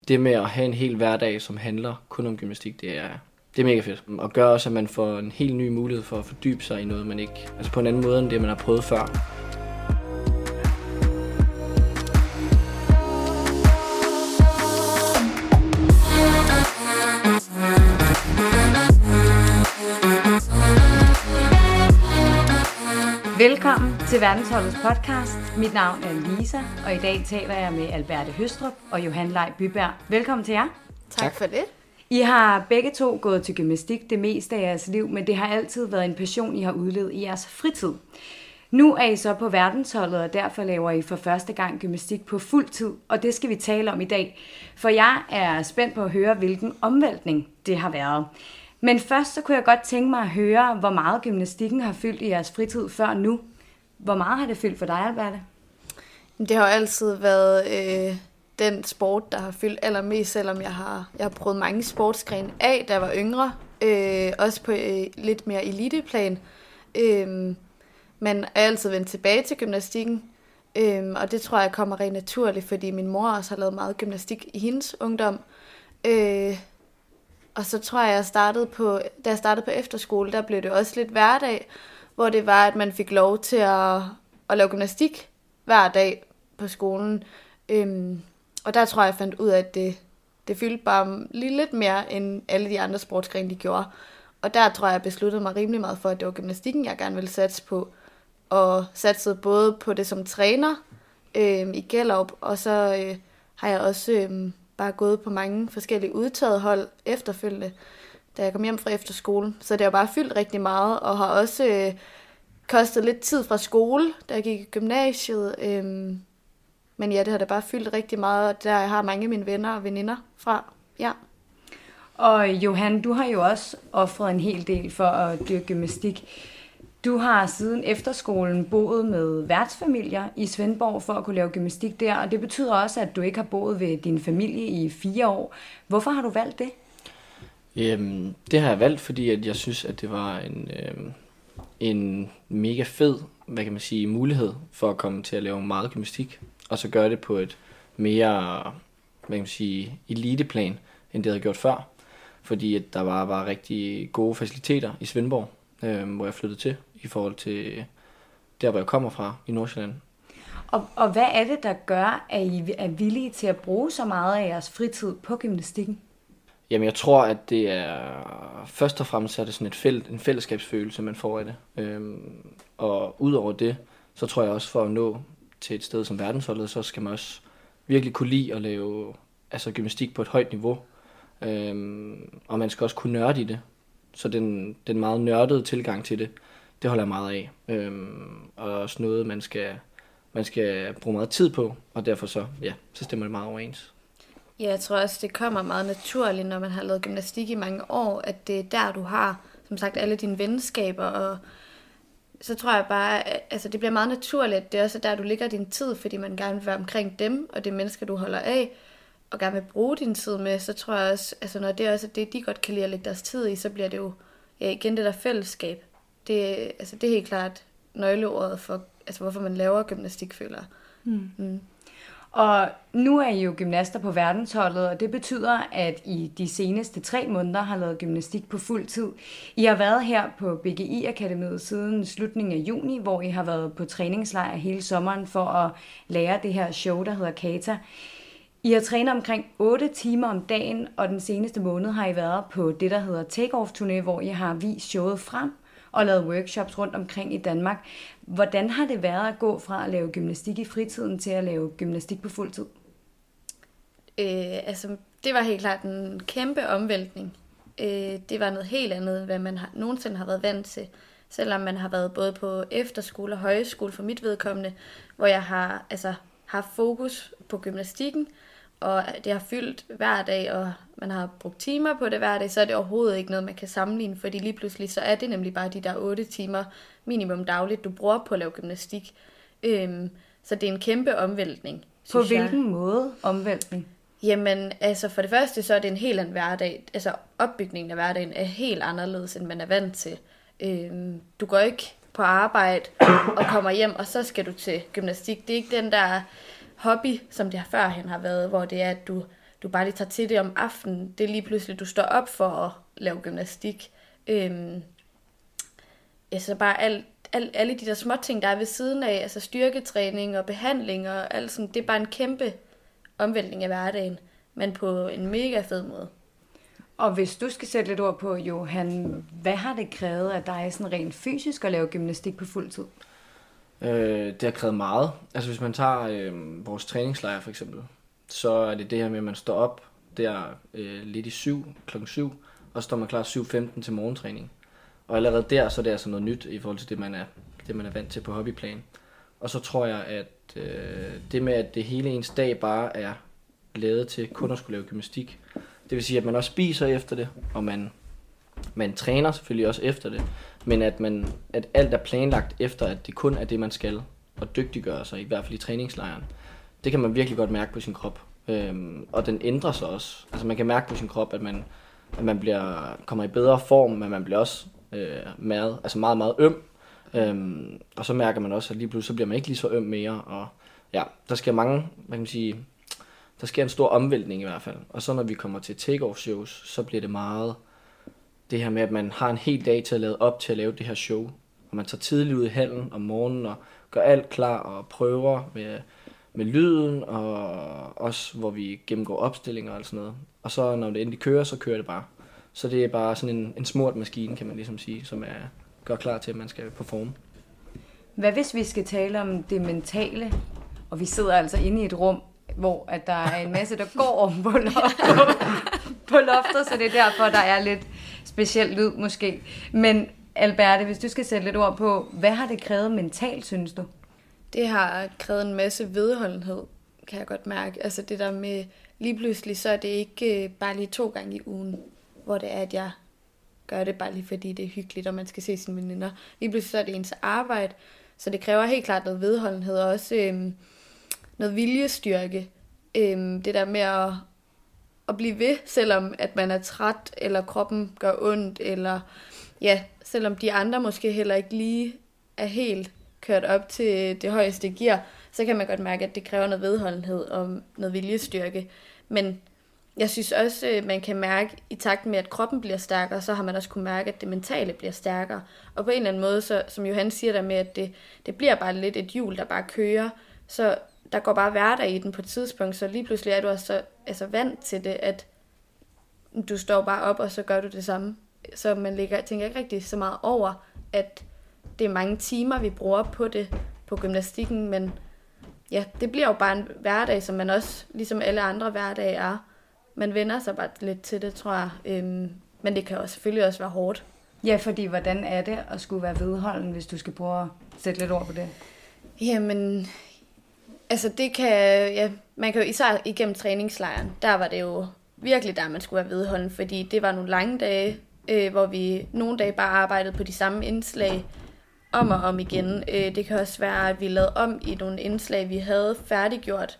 det med at have en hel hverdag, som handler kun om gymnastik, det er mega fedt. Og gør også, at man får en helt ny mulighed for at fordybe sig i noget, man ikke... Altså på en anden måde, end det, man har prøvet før. Velkommen til Verdensholdets podcast. Mit navn er Lisa, og i dag taler jeg med Alberte Høstrup og Johan Lej Byberg. Velkommen til jer. Tak for det. I har begge to gået til gymnastik det meste af jeres liv, men det har altid været en passion, I har udlevet i jeres fritid. Nu er I så på verdensholdet, og derfor laver I for første gang gymnastik på fuld tid, og det skal vi tale om i dag. For jeg er spændt på at høre, hvilken omvæltning det har været. Men først så kunne jeg godt tænke mig at høre, hvor meget gymnastikken har fyldt i jeres fritid før nu. Hvor meget har det fyldt for dig, Alberte? Det har jo altid været den sport, der har fyldt allermest, selvom jeg har prøvet mange sportsgrene af, da jeg var yngre. Også på lidt mere eliteplan. Men jeg er altid vendt tilbage til gymnastikken. Og det tror jeg kommer rent naturligt, fordi min mor også har lavet meget gymnastik i hendes ungdom. Og så tror jeg, da jeg startede på efterskole, der blev det også lidt hverdag, hvor det var, at man fik lov til at lave gymnastik hver dag på skolen. Og der tror jeg, fandt ud af, at det fyldte bare lige lidt mere, end alle de andre sportsgrene, de gjorde. Og der tror jeg besluttede mig rimelig meget for, at det var gymnastikken, jeg gerne ville satse på. Og satsede både på det som træner i Gellerup, og så har jeg også bare gået på mange forskellige udtaget hold efterfølgende, da jeg kom hjem fra efterskolen. Så det har bare fyldt rigtig meget, og har også kostet lidt tid fra skole, da jeg gik i gymnasiet. Men ja, det har da bare fyldt rigtig meget, og der jeg har mange af mine venner og veninder fra. Ja. Og Johan, du har jo også offret en hel del for at dyrke gymnastik. Du har siden efterskolen boet med værtsfamilier i Svendborg for at kunne lave gymnastik der, og det betyder også, at du ikke har boet ved din familie i 4 år. Hvorfor har du valgt det? Det har jeg valgt, fordi at jeg synes, at det var en mega fed, mulighed for at komme til at lave meget gymnastik, og så gøre det på et mere, eliteplan, end det havde gjort før. Fordi at der var rigtig gode faciliteter i Svendborg, hvor jeg flyttede til, i forhold til der, hvor jeg kommer fra, i Nordsjælland. Og hvad er det, der gør, at I er villige til at bruge så meget af jeres fritid på gymnastikken? Jamen, jeg tror, at det er først og fremmest er det sådan en fællesskabsfølelse, man får af det. Og udover det, så tror jeg også, for at nå til et sted som verdensholdet, så skal man også virkelig kunne lide at lave gymnastik på et højt niveau. Og man skal også kunne nørde i det. Så den meget nørdede tilgang til det holder jeg meget af. Og også noget, man skal bruge meget tid på, og derfor så stemmer det meget overens. Ja, jeg tror også, det kommer meget naturligt, når man har lavet gymnastik i mange år, at det er der, du har, som sagt, alle dine venskaber, og så tror jeg bare, det bliver meget naturligt, at det også er der, du ligger din tid, fordi man gerne vil være omkring dem, og det er mennesker, du holder af, og gerne vil bruge din tid med, så tror jeg også, når det også er det, de godt kan lide at lægge deres tid i, så bliver det jo igen det der fællesskab. Det er helt klart nøgleordet for, hvorfor man laver gymnastik, føler jeg. Og nu er I jo gymnaster på verdensholdet, og det betyder, at I de seneste 3 måneder har lavet gymnastik på fuld tid. I har været her på BGI-akademiet siden slutningen af juni, hvor I har været på træningslejr hele sommeren for at lære det her show, der hedder Kata. I har trænet omkring 8 timer om dagen, og den seneste måned har I været på det, der hedder Take-Off-turné, hvor I har vist showet frem og lavet workshops rundt omkring i Danmark. Hvordan har det været at gå fra at lave gymnastik i fritiden til at lave gymnastik på fuld tid? Det var helt klart en kæmpe omvæltning. Det var noget helt andet, hvad man nogensinde har været vant til. Selvom man har været både på efterskole og højskole for mit vedkommende, hvor jeg har haft fokus på gymnastikken, og det har fyldt hver dag, og man har brugt timer på det hver dag, så er det overhovedet ikke noget, man kan sammenligne, fordi lige pludselig, så er det nemlig bare de der 8 timer minimum dagligt, du bruger på at lave gymnastik. Så det er en kæmpe omvæltning. På hvilken måde omvæltning? Jamen, for det første, så er det en helt anden hverdag. Opbygningen af hverdagen er helt anderledes, end man er vant til. Du går ikke på arbejde og kommer hjem, og så skal du til gymnastik. Det er ikke den der hobby, som det førhen har været, hvor det er, at du du bare lige tager til det om aftenen. Det er lige pludselig, du står op for at lave gymnastik. Så bare alle de der små ting, der er ved siden af, altså styrketræning og behandling og alt sådan, det er bare en kæmpe omvæltning af hverdagen, men på en mega fed måde. Og hvis du skal sætte lidt ord på, Johan, hvad har det krævet af dig sådan rent fysisk at lave gymnastik på fuld tid? Det har krævet meget. Altså hvis man tager vores træningslejr for eksempel, så er det her med, at man står op der lidt i klokken 7, og så står man klar 7:15 til morgentræning. Og allerede der, så er det altså noget nyt i forhold til det, man er vant til på hobbyplan. Og så tror jeg, at det med, at det hele ens dag bare er lavet til kun at skulle lave gymnastik, det vil sige, at man også spiser efter det, og man træner selvfølgelig også efter det, men at alt er planlagt efter, at det kun er det, man skal, og dygtiggøre sig, i hvert fald i træningslejren. Det kan man virkelig godt mærke på sin krop. Og den ændrer sig også. Altså man kan mærke på sin krop, at man kommer i bedre form, men man bliver også meget, meget øm. Og så mærker man også, at lige pludselig så bliver man ikke lige så øm mere. Og ja, der sker der sker en stor omvæltning i hvert fald. Og så når vi kommer til take-off shows, så bliver det meget det her med, at man har en hel dag til at lade op til at lave det her show. Og man tager tidligt ud i hallen om morgenen og gør alt klar og prøver med lyden, og også hvor vi gennemgår opstillinger og sådan noget. Og så når det endelig kører, så kører det bare. Så det er bare sådan en smurt maskine, kan man ligesom sige, som gør klar til, at man skal performe. Hvad hvis vi skal tale om det mentale, og vi sidder altså inde i et rum, hvor at der er en masse, der går om på loftet, så det er derfor, der er lidt speciel lyd måske. Men Alberte, hvis du skal sætte lidt ord på, hvad har det krævet mentalt, synes du? Det har krævet en masse vedholdenhed, kan jeg godt mærke. Altså det der med, lige pludselig, så er det ikke bare lige 2 gange i ugen, hvor det er, at jeg gør det bare lige fordi det er hyggeligt, og man skal se sine veninder. Lige pludselig så er det ens arbejde, så det kræver helt klart noget vedholdenhed, og også noget viljestyrke. Det der med at blive ved, selvom at man er træt, eller kroppen gør ondt, eller ja, selvom de andre måske heller ikke lige er helt kørt op til det højeste gear, så kan man godt mærke, at det kræver noget vedholdenhed og noget viljestyrke. Men jeg synes også, at man kan mærke, i takt med, at kroppen bliver stærkere, så har man også kunne mærke, at det mentale bliver stærkere. Og på en eller anden måde, så, som Johan siger der med, at det bliver bare lidt et hjul, der bare kører, så der går bare hverdag i den på et tidspunkt, så lige pludselig er du også så vant til det, at du står bare op, og så gør du det samme. Så man tænker ikke rigtig så meget over, at det er mange timer, vi bruger på det, på gymnastikken, men ja, det bliver jo bare en hverdag, som man også, ligesom alle andre hverdage er. Man vender sig bare lidt til det, tror jeg. Men det kan jo selvfølgelig også være hårdt. Ja, fordi hvordan er det at skulle være vedholden, hvis du skal prøve at sætte lidt ord på det? Jamen, altså det kan, ja, man kan jo især igennem træningslejren, der var det jo virkelig der, man skulle være vedholden, fordi det var nogle lange dage, hvor vi nogle dage bare arbejdede på de samme indslag om og om igen. Det kan også være, at vi lavede om i nogle indslag, vi havde færdiggjort.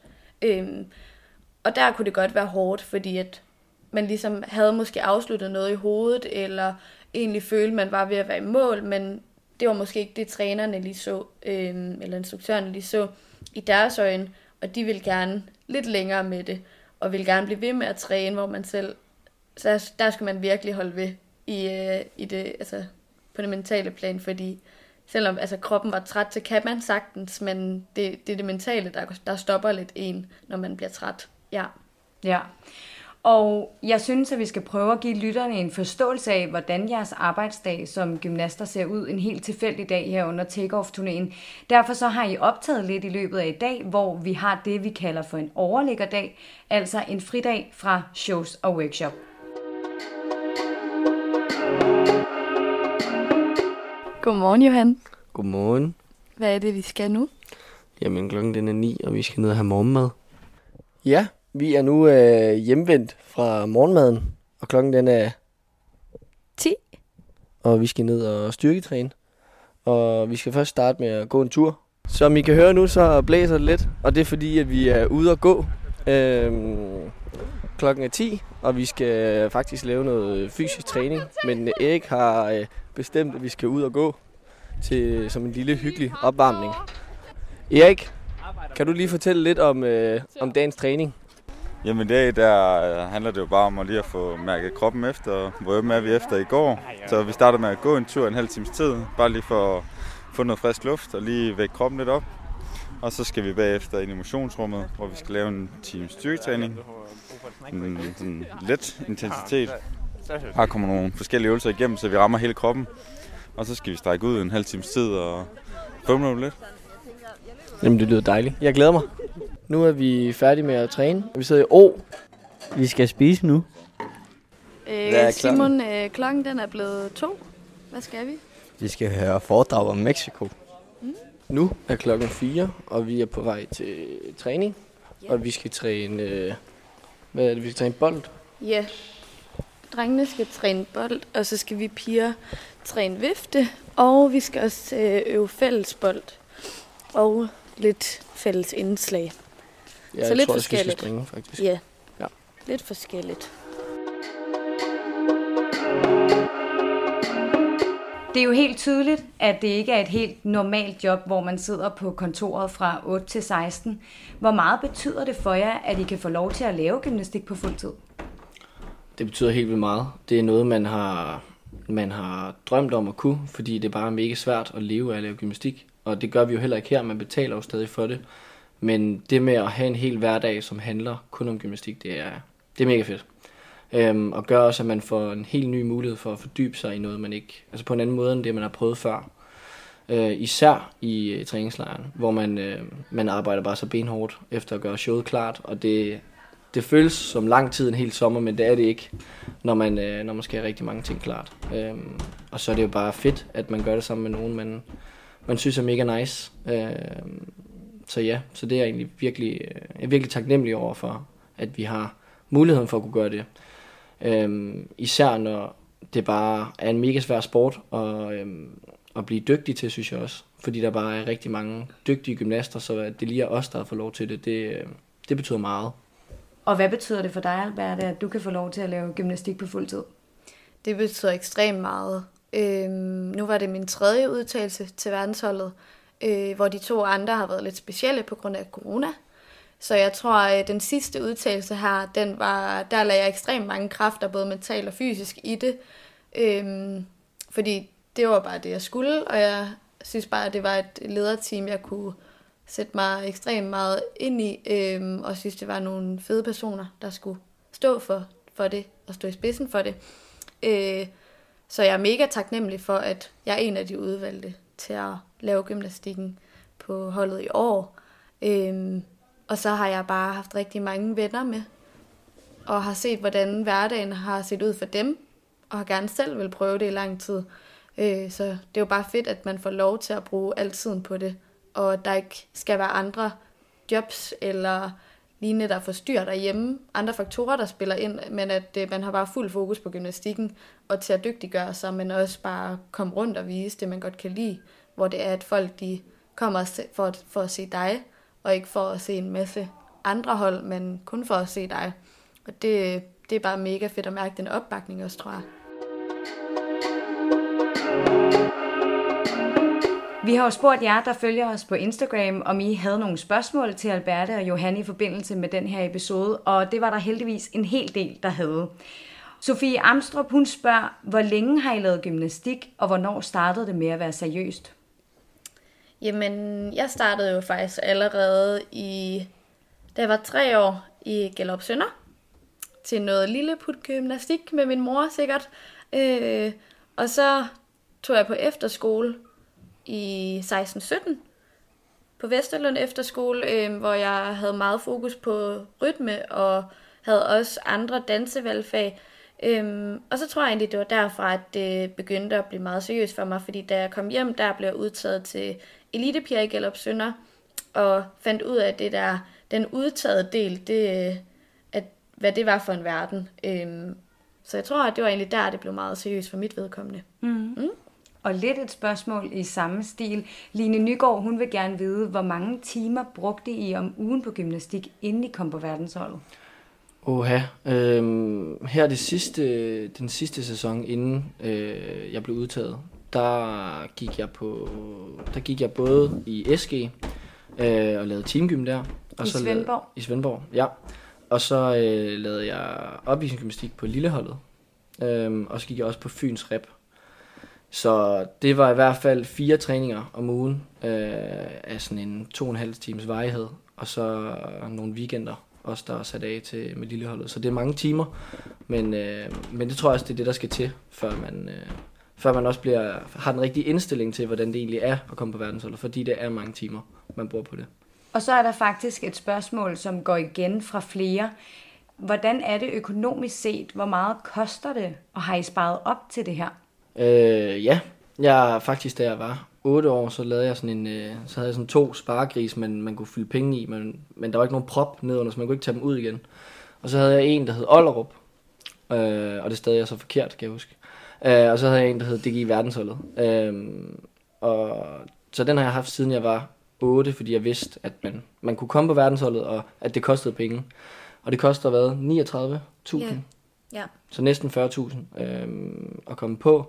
Og der kunne det godt være hårdt, fordi at man ligesom havde måske afsluttet noget i hovedet, eller egentlig følte, man var ved at være i mål, men det var måske ikke det, trænerne lige så, eller instruktørerne lige så i deres øjne, og de ville gerne lidt længere med det, og ville gerne blive ved med at træne, hvor man selv, så der skulle man virkelig holde ved i det, altså på det mentale plan, fordi selvom altså, kroppen var træt, så kan man sagtens, men det er det mentale, der stopper lidt en, når man bliver træt. Ja. Og jeg synes, at vi skal prøve at give lytterne en forståelse af, hvordan jeres arbejdsdag som gymnaster ser ud en helt tilfældig dag her under take-off-turnéen. Derfor så har I optaget lidt i løbet af i dag, hvor vi har det, vi kalder for en overliggerdag, altså en fridag fra shows og workshop. Godmorgen, Johan. Godmorgen. Hvad er det, vi skal nu? Jamen, klokken den er 9, og vi skal ned og have morgenmad. Ja, vi er nu hjemvendt fra morgenmaden, og klokken den er 10. Og vi skal ned og styrketræne. Og vi skal først starte med at gå en tur. Som I kan høre nu, så blæser det lidt, og det er fordi, at vi er ude at gå. Klokken er 10, og vi skal faktisk lave noget fysisk træning. Men Erik har bestemt, at vi skal ud og gå som en lille hyggelig opvarmning. Erik, kan du lige fortælle lidt om dagens træning? Jamen i dag, der handler det jo bare om at lige at få mærket kroppen efter, hvor ømme er vi efter i går. Så vi starter med at gå en tur en halv times tid, bare lige for at få noget frisk luft og lige vække kroppen lidt op. Og så skal vi bagefter ind i motionsrummet, hvor vi skal lave en times styrketræning. En let intensitet. Her kommer nogle forskellige øvelser igennem, så vi rammer hele kroppen. Og så skal vi strække ud en halv times tid og fumle lidt. Jamen, det lyder dejligt. Jeg glæder mig. Nu er vi færdige med at træne. Vi sidder i O. Vi skal spise nu. Simon, klokken den er blevet 2. Hvad skal vi? Vi skal høre foredrag om Mexico. Nu er klokken 4, og vi er på vej til træning. Ja. Og vi skal træne... hvad er det, vi skal træne bold? Ja. Drengene skal træne bold, og så skal vi piger træne vifte. Og vi skal også øve fællesbold. Og lidt fælles indslag. Ja, så lidt tror, forskelligt. Vi skal springe, faktisk. Ja. Ja, lidt forskelligt. Det er jo helt tydeligt, at det ikke er et helt normalt job, hvor man sidder på kontoret fra 8 til 16. Hvor meget betyder det for jer, at I kan få lov til at lave gymnastik på fuld tid? det betyder helt vildt meget. Det er noget, man har drømt om at kunne, fordi det er bare mega svært at leve af at lave gymnastik. Og det gør vi jo heller ikke her, man betaler jo stadig for det. Men det med at have en hel hverdag, som handler kun om gymnastik, det er mega fedt. Og gør også, at man får en helt ny mulighed for at fordybe sig i noget, man ikke... Altså på en anden måde, end det, man har prøvet før. Især i træningslejren, hvor man arbejder bare så benhårdt efter at gøre showet klart. Og det føles som lang tid en hel sommer, men det er det ikke, når man skal have rigtig mange ting klart. Og så er det jo bare fedt, at man gør det sammen med nogen, man synes er mega nice. Så ja, så det er jeg egentlig virkelig taknemmelig over for, at vi har muligheden for at kunne gøre det. Især når det bare er en mega svær sport at blive dygtig til, synes jeg også. Fordi der bare er rigtig mange dygtige gymnaster, så at det lige er os, der har fået lov til det betyder meget. Og hvad betyder det for dig, Albert, at du kan få lov til at lave gymnastik på fuld tid? Det betyder ekstremt meget. Nu var det min 3. udtagelse til verdensholdet, hvor de 2 andre har været lidt specielle på grund af corona. Så jeg tror, at den sidste udtalelse her, der lagde jeg ekstremt mange kræfter, både mentalt og fysisk i det. Fordi det var bare det, jeg skulle, og jeg synes bare, at det var et lederteam, jeg kunne sætte mig ekstremt meget ind i, og synes, det var nogle fede personer, der skulle stå for det, og stå i spidsen for det. Så jeg er mega taknemmelig for, at jeg er en af de udvalgte til at lave gymnastikken på holdet i år. Og så har jeg bare haft rigtig mange venner med, og har set, hvordan hverdagen har set ud for dem, og har gerne selv vil prøve det i lang tid. Så det er jo bare fedt, at man får lov til at bruge al tiden på det, og at der ikke skal være andre jobs eller lignende, der forstyrrer derhjemme. Andre faktorer, der spiller ind, men at man har bare fuld fokus på gymnastikken, og til at dygtiggøre sig, men også bare komme rundt og vise det, man godt kan lide, hvor det er, at folk de kommer for at se dig, og ikke for at se en masse andre hold, men kun for at se dig. Og det er bare mega fedt at mærke den opbakning også, tror jeg. Vi har jo spurgt jer, der følger os på Instagram, om I havde nogle spørgsmål til Alberte og Johanne i forbindelse med den her episode, og det var der heldigvis en hel del, der havde. Sofie Amstrup, hun spørger, hvor længe har I lavet gymnastik, og hvornår startede det med at være seriøst? Jamen, jeg startede jo faktisk allerede da jeg var 3 år i Gellerup Sønder, til noget lilleput gymnastik med min mor sikkert. Og så tog jeg på efterskole i 16-17 på Vesterlund Efterskole, hvor jeg havde meget fokus på rytme og havde også andre dansevalgfag. Og så tror jeg egentlig, det var derfra, at det begyndte at blive meget seriøst for mig, fordi da jeg kom hjem, der blev jeg udtaget til elitepiger i Gellerup Sønder, og fandt ud af det der, den udtagede del, hvad det var for en verden. Så jeg tror, at det var egentlig der, det blev meget seriøst for mit vedkommende. Og lidt et spørgsmål i samme stil. Line Nygaard, hun vil gerne vide, hvor mange timer brugte I om ugen på gymnastik, inden I kom på verdensholdet? Her den sidste sæson, inden jeg blev udtaget, der gik jeg både i SG og lavede teamgym der. Og I Svendborg? I Svendborg, ja. Og så lavede jeg opvisningsgymnastik på lilleholdet. Og så gik jeg også på Fyns Rep. Så det var i hvert fald 4 træninger om ugen af sådan en 2,5 times varighed. Og så nogle weekender også, der er sat af til med lilleholdet. Så det er mange timer, men det tror jeg også, det er det, der skal til, før man også har den rigtige indstilling til, hvordan det egentlig er at komme på verdensholdet. Fordi det er mange timer, man bruger på det. Og så er der faktisk et spørgsmål, som går igen fra flere. Hvordan er det økonomisk set? Hvor meget koster det? Og har I sparet op til det her? Ja, jeg faktisk, da jeg var 8 år, så lavede jeg så havde jeg sådan 2 sparegris, man kunne fylde penge i, men der var ikke nogen prop nedenunder, så man kunne ikke tage dem ud igen. Og så havde jeg en, der hed Ollerup, og det stadig er så forkert, kan jeg huske. Og så havde jeg en, der hed DGI Verdensholdet. Og så den har jeg haft, siden jeg var 8, fordi jeg vidste, at man kunne komme på verdensholdet, og at det kostede penge. Og det koster hvad? 39.000? Ja. Ja. Så næsten 40.000 at komme på.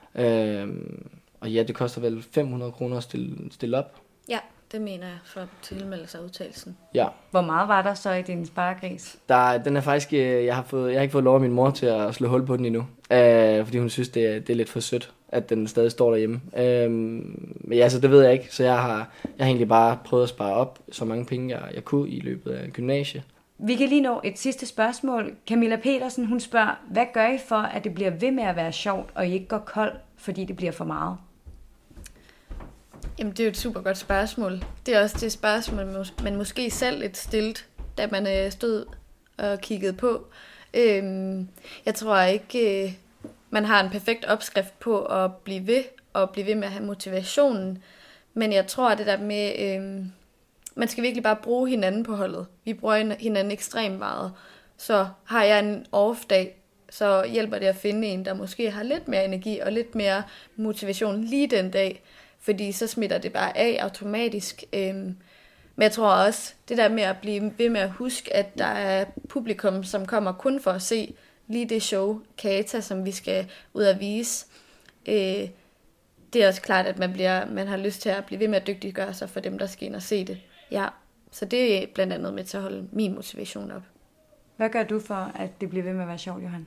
Og ja, det koster vel 500 kroner at stille op. Ja, det mener jeg, for at tilmelde sig udtalelsen. Ja. Hvor meget var der så i din sparegris? Den er faktisk, jeg har ikke fået lov af min mor til at slå hul på den endnu. Fordi hun synes, det er lidt for sødt, at den stadig står derhjemme. Men ja, så det ved jeg ikke. Så jeg har egentlig bare prøvet at spare op så mange penge, jeg kunne i løbet af gymnasiet. Vi kan lige nå et sidste spørgsmål. Camilla Petersen, hun spørger, hvad gør I for, at det bliver ved med at være sjovt, og I ikke går kold, fordi det bliver for meget? Jamen, det er jo et super godt spørgsmål. Det er også det spørgsmål, man måske selv lidt stillet, da man stod og kiggede på. Jeg tror ikke, man har en perfekt opskrift på at blive ved med at have motivationen. Men jeg tror, det der med, man skal virkelig bare bruge hinanden på holdet. Vi bruger hinanden ekstremt meget. Så har jeg en off-dag, så hjælper det at finde en, der måske har lidt mere energi og lidt mere motivation lige den dag. Fordi så smitter det bare af automatisk. Men jeg tror også, det der med at blive ved med at huske, at der er publikum, som kommer kun for at se lige det show, Kata, som vi skal ud at vise. Det er også klart, at man har lyst til at blive ved med at dygtiggøre sig for dem, der skal ind og se det. Ja, så det er blandt andet med til at holde min motivation op. Hvad gør du for, at det bliver ved med at være sjovt, Johan?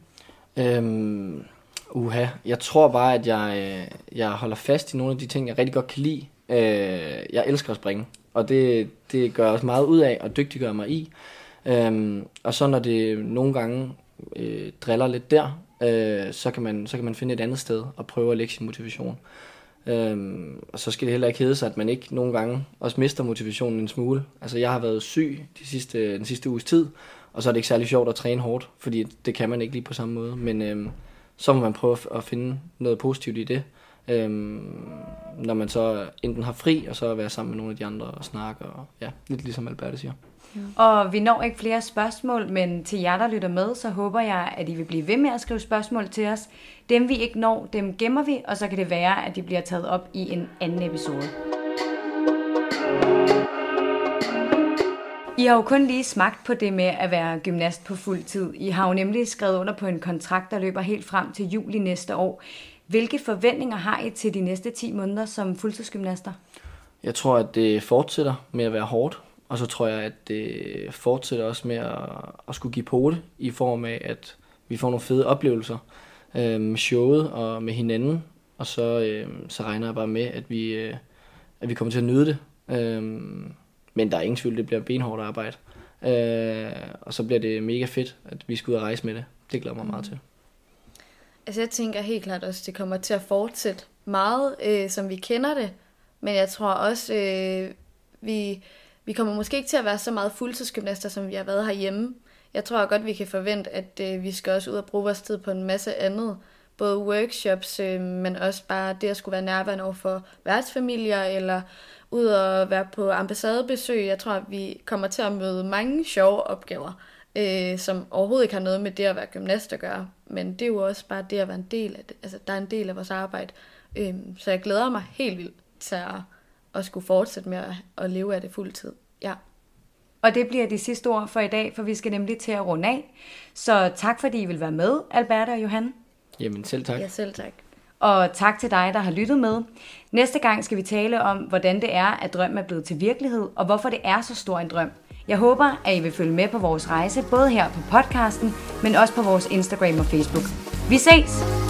Jeg tror bare, at jeg holder fast i nogle af de ting, jeg rigtig godt kan lide. Jeg elsker at springe, og det gør jeg også meget ud af, og dygtiggør mig i. Og så når det nogle gange driller lidt der, så kan man finde et andet sted og prøve at lægge sin motivation. Og så skal det heller ikke hedde sig, at man ikke nogle gange også mister motivationen en smule. Altså jeg har været syg den sidste uges tid, og så er det ikke særlig sjovt at træne hårdt, fordi det kan man ikke lige på samme måde. Men så må man prøve at finde noget positivt i det, når man så enten har fri, og så være sammen med nogle af de andre og snakke, og ja, lidt ligesom Alberte siger. Og vi når ikke flere spørgsmål, men til jer, der lytter med, så håber jeg, at I vil blive ved med at skrive spørgsmål til os. Dem vi ikke når, dem gemmer vi, og så kan det være, at de bliver taget op i en anden episode. I har jo kun lige smagt på det med at være gymnast på fuld tid. I har jo nemlig skrevet under på en kontrakt, der løber helt frem til juli næste år. Hvilke forventninger har I til de næste 10 måneder som fuldtidsgymnaster? Jeg tror, at det fortsætter med at være hårdt. Og så tror jeg, at det fortsætter også med at skulle give på det, i form af, at vi får nogle fede oplevelser med showet og med hinanden. Og så regner jeg bare med, at vi kommer til at nyde det. Men der er ingen tvivl, det bliver benhårdt arbejde. Og så bliver det mega fedt, at vi skal ud og rejse med det. Det glæder mig meget til. Altså jeg tænker helt klart også, at det kommer til at fortsætte meget, som vi kender det. Men jeg tror også, vi kommer måske ikke til at være så meget fuldtidsgymnaster, som vi har været herhjemme. Jeg tror godt, vi kan forvente, at vi skal også ud og bruge vores tid på en masse andet. Både workshops, men også bare det at skulle være nærværende over for værtsfamilier, eller ud og være på ambassadebesøg. Jeg tror, at vi kommer til at møde mange sjove opgaver, som overhovedet ikke har noget med det at være gymnast at gøre. Men det er jo også bare det at være en del af det. Altså, der er en del af vores arbejde. Så jeg glæder mig helt vildt til at skulle fortsætte med at leve af det fuldtid. Ja. Og det bliver de sidste ord for i dag, for vi skal nemlig til at runde af. Så tak fordi I vil være med, Alberte og Johan. Jamen selv tak. Ja, selv tak. Og tak til dig, der har lyttet med. Næste gang skal vi tale om, hvordan det er, at drømmen er blevet til virkelighed, og hvorfor det er så stor en drøm. Jeg håber, at I vil følge med på vores rejse, både her på podcasten, men også på vores Instagram og Facebook. Vi ses!